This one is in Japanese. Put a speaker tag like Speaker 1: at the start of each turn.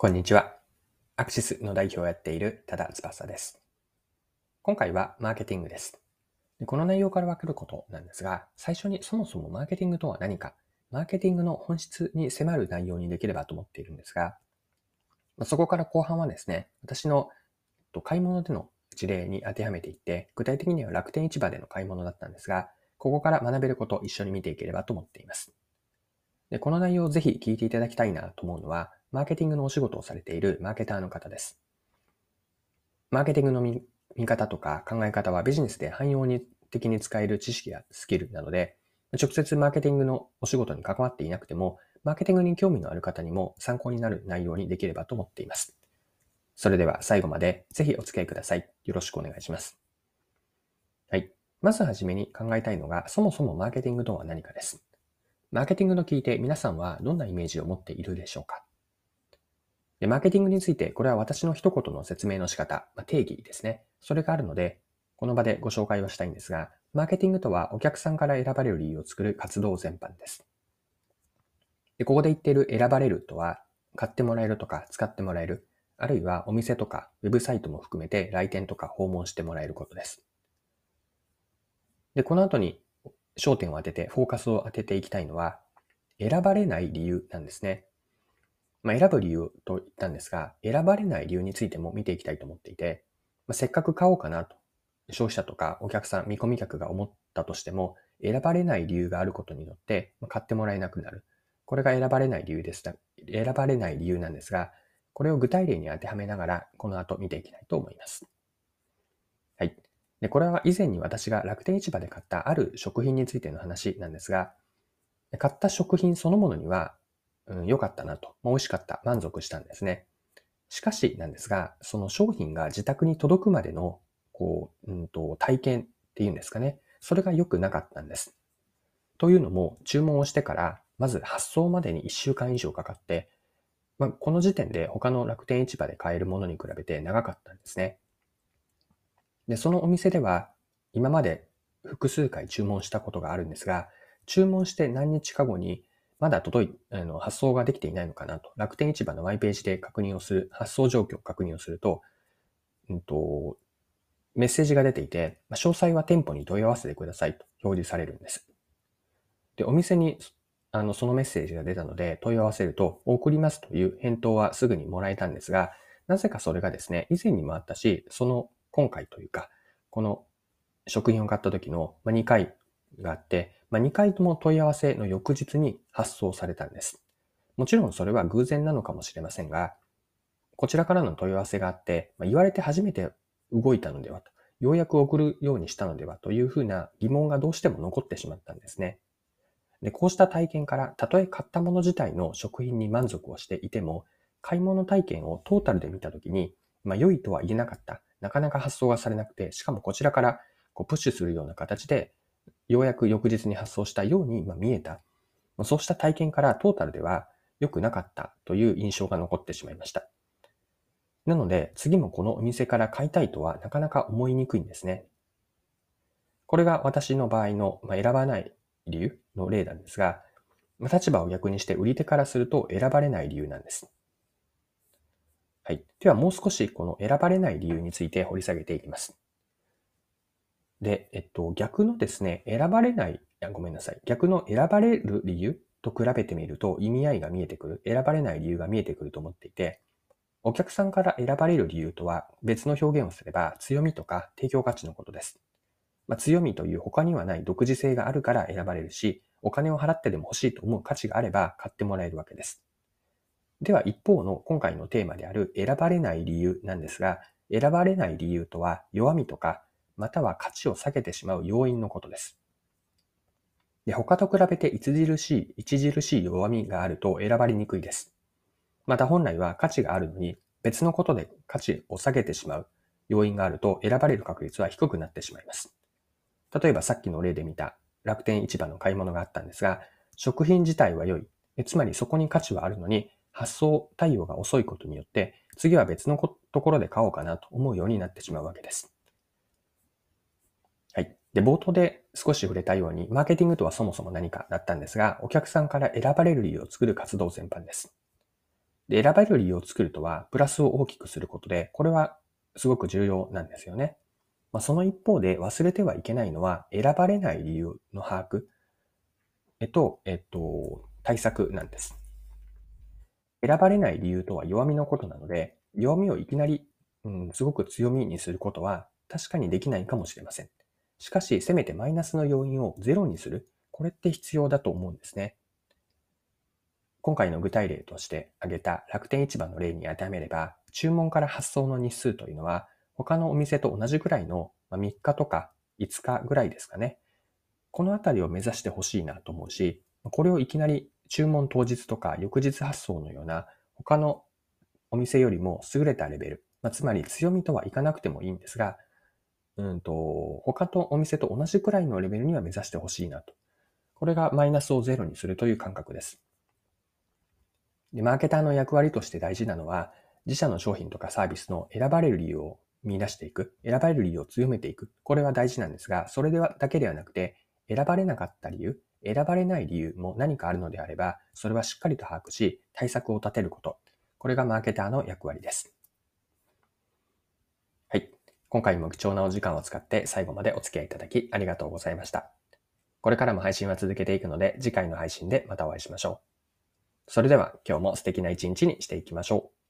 Speaker 1: こんにちは。アクシスの代表をやっている多田翼です。今回はマーケティングです。この内容からわかることなんですが、最初にそもそもマーケティングとは何か、マーケティングの本質に迫る内容にできればと思っているんですが、そこから後半はですね、私の買い物での事例に当てはめていって、具体的には楽天市場での買い物だったんですが、ここから学べることを一緒に見ていければと思っています。で、この内容をぜひ聞いていただきたいなと思うのは、マーケティングのお仕事をされているマーケターの方です。マーケティングの見方とか考え方はビジネスで汎用的に使える知識やスキルなので、直接マーケティングのお仕事に関わっていなくても、マーケティングに興味のある方にも参考になる内容にできればと思っています。それでは最後までぜひお付き合いください。よろしくお願いします。はい。まずはじめに考えたいのが、そもそもマーケティングとは何かです。マーケティングと聞いて皆さんはどんなイメージを持っているでしょうか。で、マーケティングについて、これは私の一言の説明の仕方、定義ですね。それがあるので、この場でご紹介をしたいんですが、マーケティングとはお客さんから選ばれる理由を作る活動全般です。で、ここで言っている選ばれるとは、買ってもらえるとか使ってもらえる、あるいはお店とかウェブサイトも含めて来店とか訪問してもらえることです。で、この後に焦点を当てて、フォーカスを当てていきたいのは、選ばれない理由なんですね。選ぶ理由と言ったんですが、選ばれない理由についても見ていきたいと思っていて、せっかく買おうかなと、消費者とかお客さん、見込み客が思ったとしても、選ばれない理由があることによって、買ってもらえなくなる。これが選ばれない理由です。選ばれない理由なんですが、これを具体例に当てはめながら、この後見ていきたいと思います。はい。で、これは以前に私が楽天市場で買ったある食品についての話なんですが、買った食品そのものには、良かったなと、美味しかった、満足したんですね。しかしなんですが、その商品が自宅に届くまでの、体験っていうんですかね。それが良くなかったんです。というのも、注文をしてから、まず発送までに1週間以上かかって、この時点で他の楽天市場で買えるものに比べて長かったんですね。で、そのお店では、今まで複数回注文したことがあるんですが、注文して何日か後に、まだ発送ができていないのかなと、楽天市場のマイページで確認をする、発送状況を確認をすると、メッセージが出ていて、詳細は店舗に問い合わせてくださいと表示されるんです。で、お店に、そのメッセージが出たので問い合わせると、送りますという返答はすぐにもらえたんですが、なぜかそれがですね、以前にもあったし、今回というか、この食品を買った時の2回があって、2回とも問い合わせの翌日に発送されたんです。もちろんそれは偶然なのかもしれませんが、こちらからの問い合わせがあって、言われて初めて動いたのではと、ようやく送るようにしたのではというふうな疑問がどうしても残ってしまったんですね。で、こうした体験から、たとえ買ったもの自体の食品に満足をしていても、買い物体験をトータルで見たときに、良いとは言えなかった。なかなか発送がされなくて、しかもこちらからプッシュするような形で、ようやく翌日に発送したように見えた。そうした体験からトータルでは良くなかったという印象が残ってしまいました。なので、次もこのお店から買いたいとはなかなか思いにくいんですね。これが私の場合の選ばない理由の例なんですが、立場を逆にして売り手からすると選ばれない理由なんです。はい。ではもう少しこの選ばれない理由について掘り下げていきます。で、逆のですね、ごめんなさい。逆の選ばれる理由と比べてみると意味合いが見えてくる、選ばれない理由が見えてくると思っていて、お客さんから選ばれる理由とは別の表現をすれば強みとか提供価値のことです。強みという他にはない独自性があるから選ばれるし、お金を払ってでも欲しいと思う価値があれば買ってもらえるわけです。では一方の今回のテーマである選ばれない理由なんですが、選ばれない理由とは弱みとか、または価値を下げてしまう要因のことです。で、他と比べて著しい弱みがあると選ばれにくいです。また本来は価値があるのに別のことで価値を下げてしまう要因があると選ばれる確率は低くなってしまいます。例えばさっきの例で見た楽天市場の買い物があったんですが、食品自体は良い。つまりそこに価値はあるのに、発送対応が遅いことによって、次は別のところで買おうかなと思うようになってしまうわけです。はい。で、冒頭で少し触れたように、マーケティングとはそもそも何かだったんですが、お客さんから選ばれる理由を作る活動全般です。 で、選ばれる理由を作るとは、プラスを大きくすることで、これはすごく重要なんですよね。その一方で忘れてはいけないのは、選ばれない理由の把握対策なんです。選ばれない理由とは弱みのことなので、弱みをいきなり、すごく強みにすることは確かにできないかもしれません。しかし、せめてマイナスの要因をゼロにする。これって必要だと思うんですね。今回の具体例として挙げた楽天市場の例に当てはめれば、注文から発送の日数というのは、他のお店と同じぐらいの3日とか5日ぐらいですかね。このあたりを目指してほしいなと思うし、これをいきなり注文当日とか翌日発送のような他のお店よりも優れたレベル、つまり強みとはいかなくてもいいんですが、他のお店と同じくらいのレベルには目指してほしいなと。これがマイナスをゼロにするという感覚です。で、マーケターの役割として大事なのは、自社の商品とかサービスの選ばれる理由を見出していく、選ばれる理由を強めていく。これは大事なんですが、それだけではなくて、選ばれなかった理由、選ばれない理由も何かあるのであれば、それはしっかりと把握し、対策を立てること。これがマーケターの役割です。はい。今回も貴重なお時間を使って最後までお付き合いいただきありがとうございました。これからも配信は続けていくので、次回の配信でまたお会いしましょう。それでは今日も素敵な一日にしていきましょう。